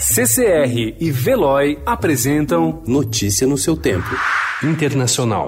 CCR e Veloy apresentam Notícia no seu tempo. Internacional.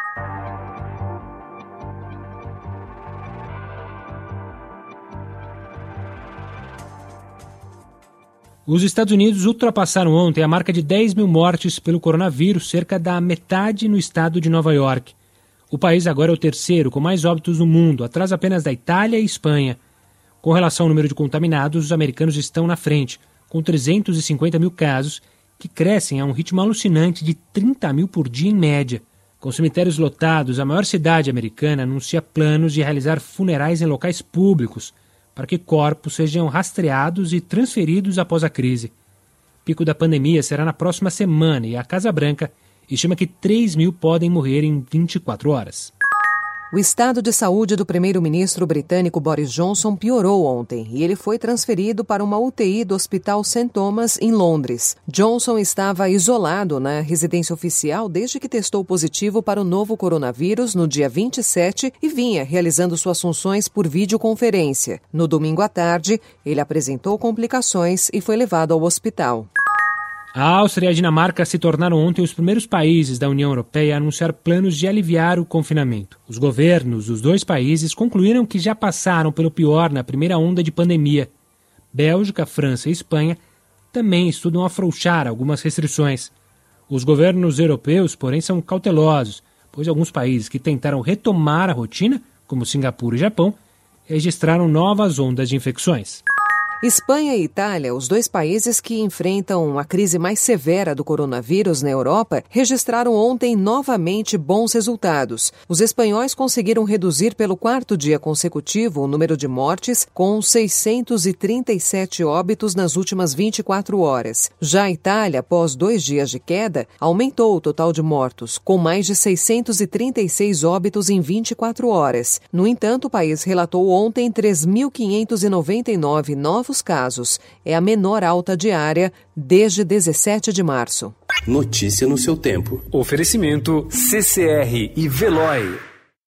Os Estados Unidos ultrapassaram ontem a marca de 10 mil mortes pelo coronavírus, cerca da metade no estado de Nova York. O país agora é o terceiro com mais óbitos no mundo, atrás apenas da Itália e Espanha. Com relação ao número de contaminados, os americanos estão na frente, com 350 mil casos, que crescem a um ritmo alucinante de 30 mil por dia em média. Com cemitérios lotados, a maior cidade americana anuncia planos de realizar funerais em locais públicos, para que corpos sejam rastreados e transferidos após a crise. O pico da pandemia será na próxima semana e a Casa Branca estima que 3 mil podem morrer em 24 horas. O estado de saúde do primeiro-ministro britânico Boris Johnson piorou ontem e ele foi transferido para uma UTI do Hospital St. Thomas, em Londres. Johnson estava isolado na residência oficial desde que testou positivo para o novo coronavírus no dia 27 e vinha realizando suas funções por videoconferência. No domingo à tarde, ele apresentou complicações e foi levado ao hospital. A Áustria e a Dinamarca se tornaram ontem os primeiros países da União Europeia a anunciar planos de aliviar o confinamento. Os governos dos dois países concluíram que já passaram pelo pior na primeira onda de pandemia. Bélgica, França e Espanha também estudam afrouxar algumas restrições. Os governos europeus, porém, são cautelosos, pois alguns países que tentaram retomar a rotina, como Singapura e Japão, registraram novas ondas de infecções. Espanha e Itália, os dois países que enfrentam a crise mais severa do coronavírus na Europa, registraram ontem novamente bons resultados. Os espanhóis conseguiram reduzir pelo quarto dia consecutivo o número de mortes, com 637 óbitos nas últimas 24 horas. Já a Itália, após 2 dias de queda, aumentou o total de mortos, com mais de 636 óbitos em 24 horas. No entanto, o país relatou ontem 3.599 novos casos. É a menor alta diária desde 17 de março. Notícia no seu tempo. Oferecimento CCR e Veloy.